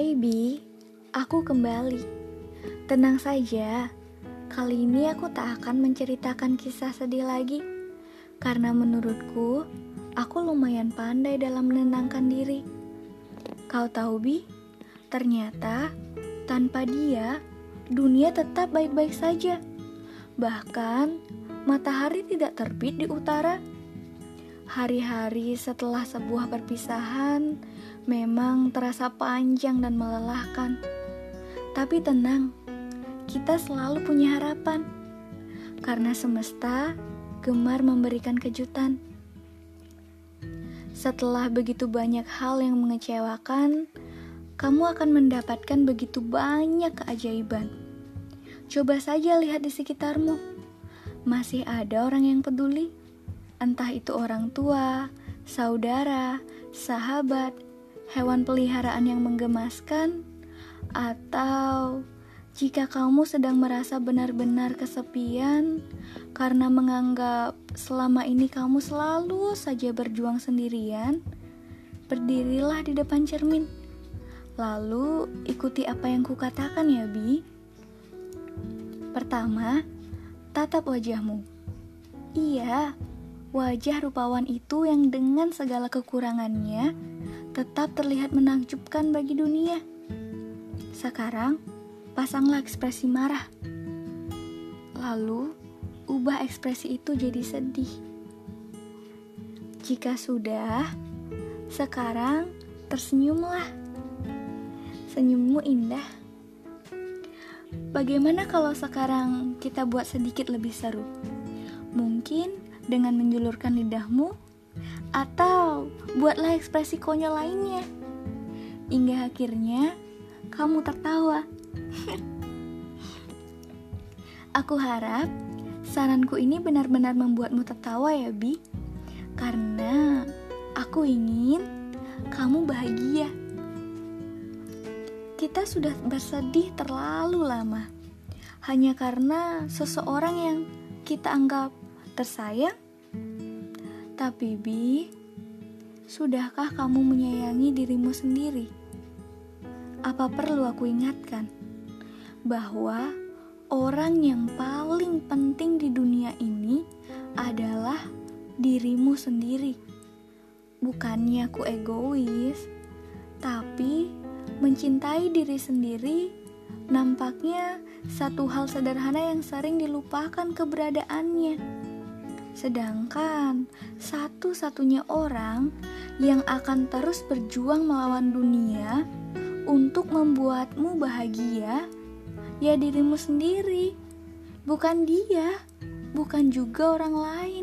Hai Bi, aku kembali. Tenang saja, kali ini aku tak akan menceritakan kisah sedih lagi. Karena menurutku, aku lumayan pandai dalam menenangkan diri. Kau tahu Bi, ternyata tanpa dia, dunia tetap baik-baik saja. Bahkan, matahari tidak terbit di utara. Hari-hari setelah sebuah perpisahan memang terasa panjang dan melelahkan. Tapi tenang, kita selalu punya harapan. Karena semesta gemar memberikan kejutan. Setelah begitu banyak hal yang mengecewakan, kamu akan mendapatkan begitu banyak keajaiban. Coba saja lihat di sekitarmu. Masih ada orang yang peduli. Entah itu orang tua, saudara, sahabat, hewan peliharaan yang menggemaskan, atau jika kamu sedang merasa benar-benar kesepian karena menganggap selama ini kamu selalu saja berjuang sendirian, berdirilah di depan cermin. Lalu ikuti apa yang kukatakan ya Bi. Pertama, tatap wajahmu. Iya, wajah rupawan itu yang dengan segala kekurangannya tetap terlihat menakjubkan bagi dunia. Sekarang, pasanglah ekspresi marah. Lalu, ubah ekspresi itu jadi sedih. Jika sudah, sekarang tersenyumlah. Senyummu indah. Bagaimana kalau sekarang kita buat sedikit lebih seru? Mungkin dengan menjulurkan lidahmu, atau buatlah ekspresi konyol lainnya, hingga akhirnya kamu tertawa. Aku harap saranku ini benar-benar membuatmu tertawa ya Bi, karena aku ingin kamu bahagia. Kita sudah bersedih terlalu lama, hanya karena seseorang yang kita anggap tersayang. Tapi Bi, sudahkah kamu menyayangi dirimu sendiri? Apa perlu aku ingatkan bahwa orang yang paling penting di dunia ini adalah dirimu sendiri? Bukannya aku egois, tapi mencintai diri sendiri nampaknya satu hal sederhana yang sering dilupakan keberadaannya. Sedangkan satu-satunya orang yang akan terus berjuang melawan dunia untuk membuatmu bahagia, ya dirimu sendiri. Bukan dia, bukan juga orang lain.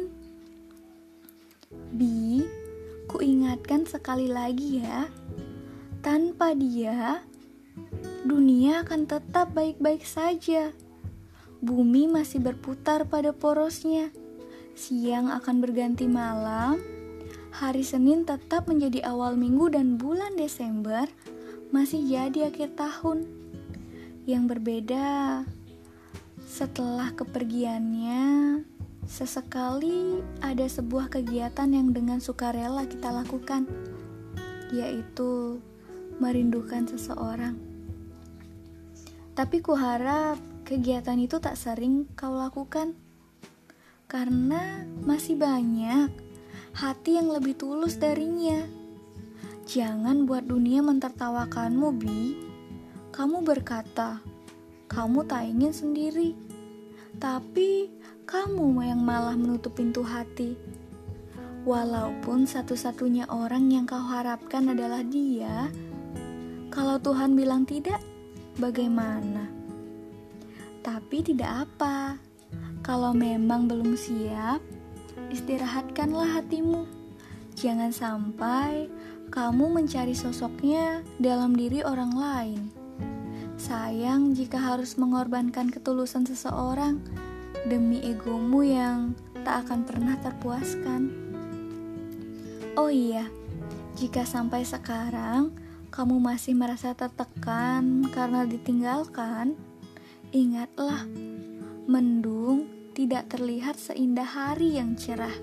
Bi, ku ingatkan sekali lagi ya, tanpa dia, dunia akan tetap baik-baik saja. Bumi masih berputar pada porosnya. Siang akan berganti malam, hari Senin tetap menjadi awal minggu dan bulan Desember masih jadi akhir tahun. Yang berbeda, setelah kepergiannya, sesekali ada sebuah kegiatan yang dengan sukarela kita lakukan, yaitu merindukan seseorang. Tapi kuharap kegiatan itu tak sering kau lakukan, karena masih banyak hati yang lebih tulus darinya. Jangan buat dunia mentertawakanmu, Bi. Kamu berkata, kamu tak ingin sendiri, tapi kamu yang malah menutup pintu hati. Walaupun satu-satunya orang yang kau harapkan adalah dia, kalau Tuhan bilang tidak, bagaimana? Tapi tidak apa. Kalau memang belum siap, istirahatkanlah hatimu. Jangan sampai kamu mencari sosoknya dalam diri orang lain. Sayang jika harus mengorbankan ketulusan seseorang demi egomu yang tak akan pernah terpuaskan. Oh iya, jika sampai sekarang kamu masih merasa tertekan karena ditinggalkan, ingatlah, mendung tidak terlihat seindah hari yang cerah.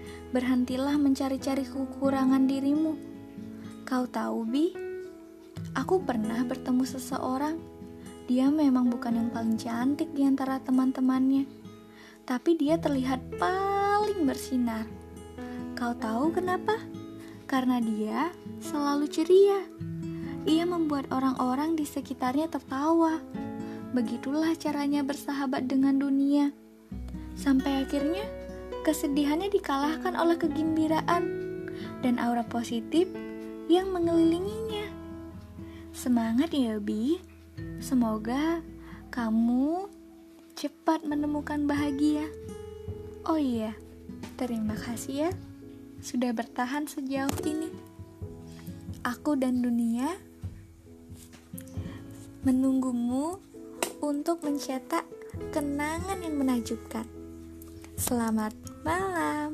Berhentilah mencari-cari kekurangan dirimu. Kau tahu, Bi, Aku pernah bertemu seseorang. Dia memang bukan yang paling cantik di antara teman-temannya, tapi dia terlihat paling bersinar. Kau tahu kenapa? Karena dia selalu ceria. Ia membuat orang-orang di sekitarnya tertawa. Begitulah caranya bersahabat dengan dunia. Sampai akhirnya kesedihannya dikalahkan oleh kegembiraan dan aura positif yang mengelilinginya. Semangat ya, Bi. Semoga kamu cepat menemukan bahagia. Oh iya, terima kasih ya sudah bertahan sejauh ini. Aku dan dunia menunggumu untuk mencetak kenangan yang menakjubkan. Selamat malam.